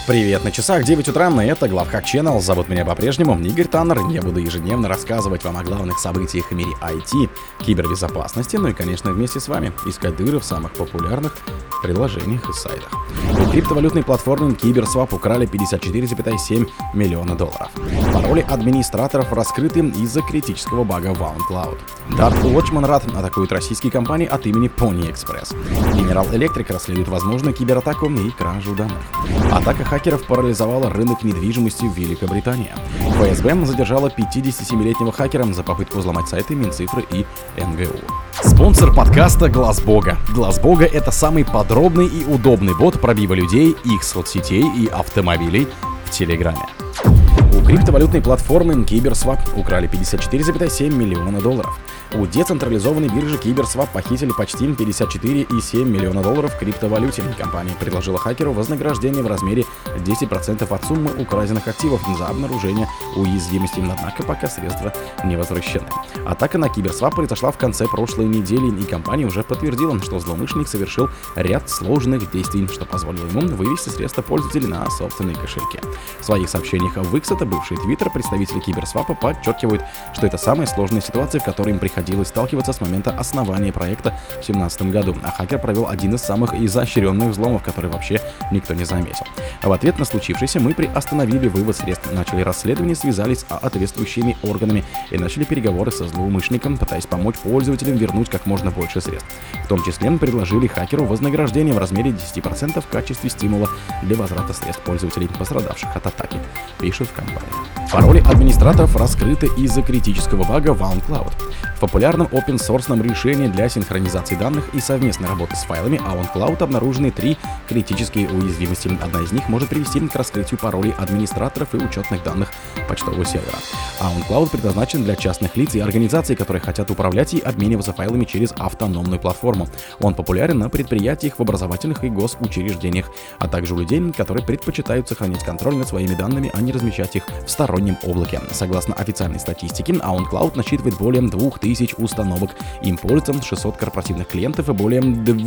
Привет, на часах 9 утра, и это Главхак Channel. Зовут меня по-прежнему Игорь Таннер. Я буду ежедневно рассказывать вам о главных событиях в мире IT, кибербезопасности, ну и, конечно, вместе с вами искать дыры в самых популярных приложениях и сайтах. У криптовалютной платформы Киберсвап украли $54,7 миллиона. Пароли администраторов раскрыты из-за критического бага в OwnCloud. Dark Watchman RAT атакует российские компании от имени Pony Express. General Electric расследует возможную кибератаку и кражу данных. Атака хакеров парализовала рынок недвижимости в Великобритании. ФСБ задержала 57-летнего хакера за попытку взломать сайты Минцифры и НГУ. Спонсор подкаста Глаз Бога. Глаз Бога — это самый подробный и удобный бот пробива людей, их соцсетей и автомобилей в Телеграме. У криптовалютной платформы Киберсвап украли $54,7 миллиона. У децентрализованной биржи Киберсвап похитили почти $54,7 миллиона в криптовалюте. Компания предложила хакеру вознаграждение в размере 10% от суммы украденных активов за обнаружение уязвимости, однако пока средства не возвращены. Атака на Киберсвап произошла в конце прошлой недели, и компания уже подтвердила, что злоумышленник совершил ряд сложных действий, что позволило ему вывести средства пользователей на собственные кошельки. В своих сообщениях в X, это бывший Twitter, представители Киберсвапа подчеркивают, что это самая сложная ситуация, в которой им приходилось сталкиваться с момента основания проекта в 2017 году, а хакер провел один из самых изощренных взломов, который вообще никто не заметил. В ответ на случившееся мы приостановили вывод средств, начали расследование, связались с соответствующими органами и начали переговоры со злоумышленником, пытаясь помочь пользователям вернуть как можно больше средств. В том числе мы предложили хакеру вознаграждение в размере 10% в качестве стимула для возврата средств пользователей, пострадавших от атаки, пишут в компании. Пароли администраторов раскрыты из-за критического бага в OwnCloud. В популярном open-source решении для синхронизации данных и совместной работы с файлами OwnCloud обнаружены 3 критические уязвимости. Одна из них может привести к раскрытию паролей администраторов и учетных данных почтового сервера. OwnCloud предназначен для частных лиц и организаций, которые хотят управлять и обмениваться файлами через автономную платформу. Он популярен на предприятиях, в образовательных и госучреждениях, а также у людей, которые предпочитают сохранять контроль над своими данными, а не размещать их в стороннем облаке. Согласно официальной статистике, OwnCloud насчитывает более 2000 установок. Им пользуются 600 корпоративных клиентов и более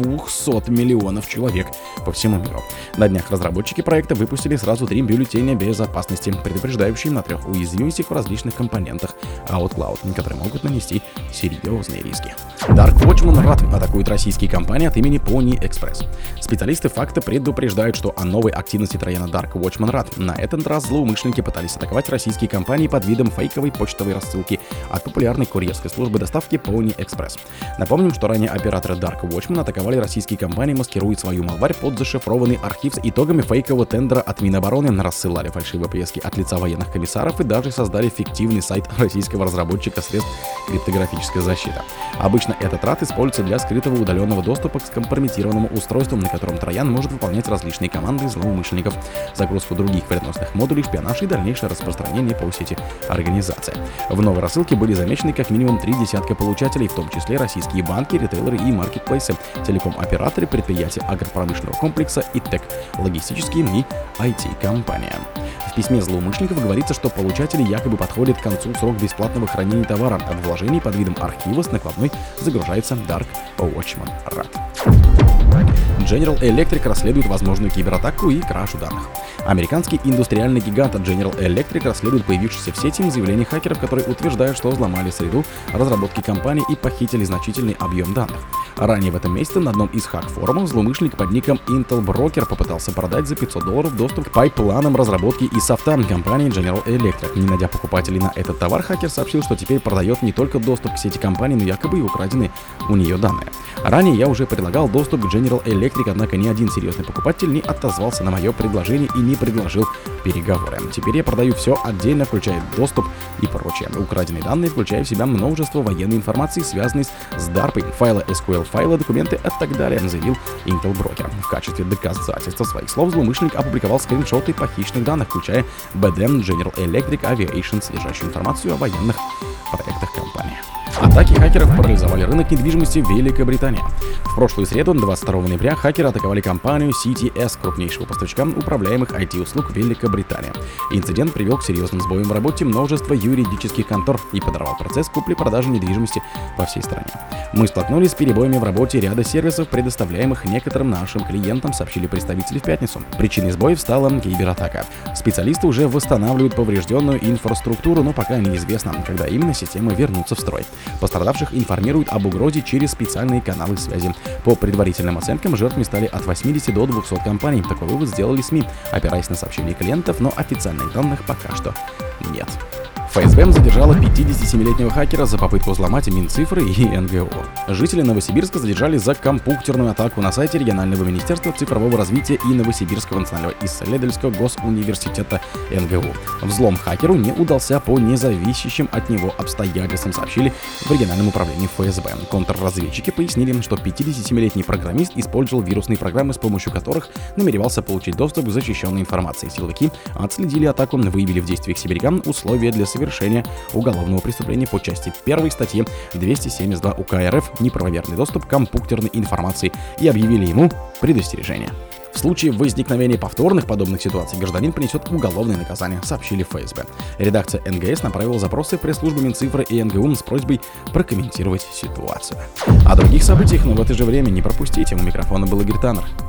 200 миллионов человек по всему миру. На днях разработчики проекта выпустили сразу 3 бюллетеня безопасности, предупреждающие на 3 уязвимостях в различных компонентах OwnCloud, которые могут нанести серьезные риски. Dark Watchman RAT атакует российские компании от имени Pony Express. Специалисты факта предупреждают, что о новой активности трояна Dark Watchman RAT. На этот раз злоумышленники пытались атаковать российские компании под видом фейковой почтовой рассылки от популярной курьерской службы доставки Pony Express. Напомним, что ранее операторы Dark Watchman атаковали российские компании, маскируя свою малварь под зашифрованный архив с итогами фейкового тендера от Минобороны, рассылали фальшивые повестки от лица военных комиссаров и даже создали фиктивный сайт российского разработчика средств криптографической защиты. Обычно этот RAT используется для скрытого удаленного доступа к скомпрометированному устройству, на котором троян может выполнять различные команды злоумышленников, загрузку других вредоносных модулей, шпионаж и дальнейшее распространение по сети организации. В новой рассылке были замечены как минимум 3 десятка получателей, в том числе российские банки, ритейлеры и маркетплейсы, телеком-операторы, предприятия агропромышленного комплекса и логистические и IT-компании. В письме злоумышленников говорится, что получатели якобы подходят к концу срок бесплатного хранения товара. В вложении под видом архива с накладной загружается Dark Watchman RAT. General Electric расследует возможную кибератаку и кражу данных. Американский индустриальный гигант General Electric расследует появившееся в сети заявления хакеров, которые утверждают, что взломали среду разработки компании и похитили значительный объем данных. Ранее в этом месяце на одном из хак-форумов злоумышленник под ником Intel Broker попытался продать за $500 доступ к пайпланам разработки и софта компании General Electric. Не найдя покупателей на этот товар, хакер сообщил, что теперь продает не только доступ к сети компании, но якобы и украденные у нее данные. Ранее я уже предлагал доступ к General Electric, однако ни один серьезный покупатель не отозвался на мое предложение и не предложил переговоры. Теперь я продаю все отдельно, включая доступ и прочее. Украденные данные, включая в себя множество военной информации, связанной с DARPA, файлы SQL, файлы, документы и так далее, заявил Intel Broker. В качестве доказательства своих слов злоумышленник опубликовал скриншоты похищенных данных, включая BDM General Electric Aviation, содержащую информацию о военных проектах компании. Атаки хакеров парализовали рынок недвижимости в Великобритании. В прошлую среду, 22 ноября, хакеры атаковали компанию CTS, крупнейшего поставщика управляемых IT-услуг в Великобритании. Инцидент привел к серьезным сбоям в работе множества юридических контор и подорвал процесс купли-продажи недвижимости по всей стране. Мы столкнулись с перебоями в работе ряда сервисов, предоставляемых некоторым нашим клиентам, сообщили представители в пятницу. Причиной сбоев стала кибератака. Специалисты уже восстанавливают поврежденную инфраструктуру, но пока неизвестно, когда именно системы вернутся в строй. Пострадавших информируют об угрозе через специальные каналы связи. По предварительным оценкам, жертвами стали от 80 до 200 компаний. Такой вывод сделали СМИ, опираясь на сообщения клиентов, но официальных данных пока что нет. ФСБ задержала 57-летнего хакера за попытку взломать Минцифры и НГО. Жители Новосибирска задержали за компьютерную атаку на сайте регионального министерства цифрового развития и Новосибирского национального исследовательского госуниверситета НГУ. Взлом хакеру не удался по независящим от него обстоятельствам, сообщили в региональном управлении ФСБ. Контрразведчики пояснили, что 57-летний программист использовал вирусные программы, с помощью которых намеревался получить доступ к защищенной информации. Силовики отследили атаку, выявили в действиях сибирякам условия для совершения уголовного преступления по части 1 статьи 272 УК РФ «Неправомерный доступ к компьютерной информации» и объявили ему предостережение. В случае возникновения повторных подобных ситуаций гражданин понесет уголовное наказание, сообщили ФСБ. Редакция НГС направила запросы в пресс-службу Минцифры и НГУ с просьбой прокомментировать ситуацию. О других событиях, но в это же время не пропустите. У микрофона был Игорь Таннер.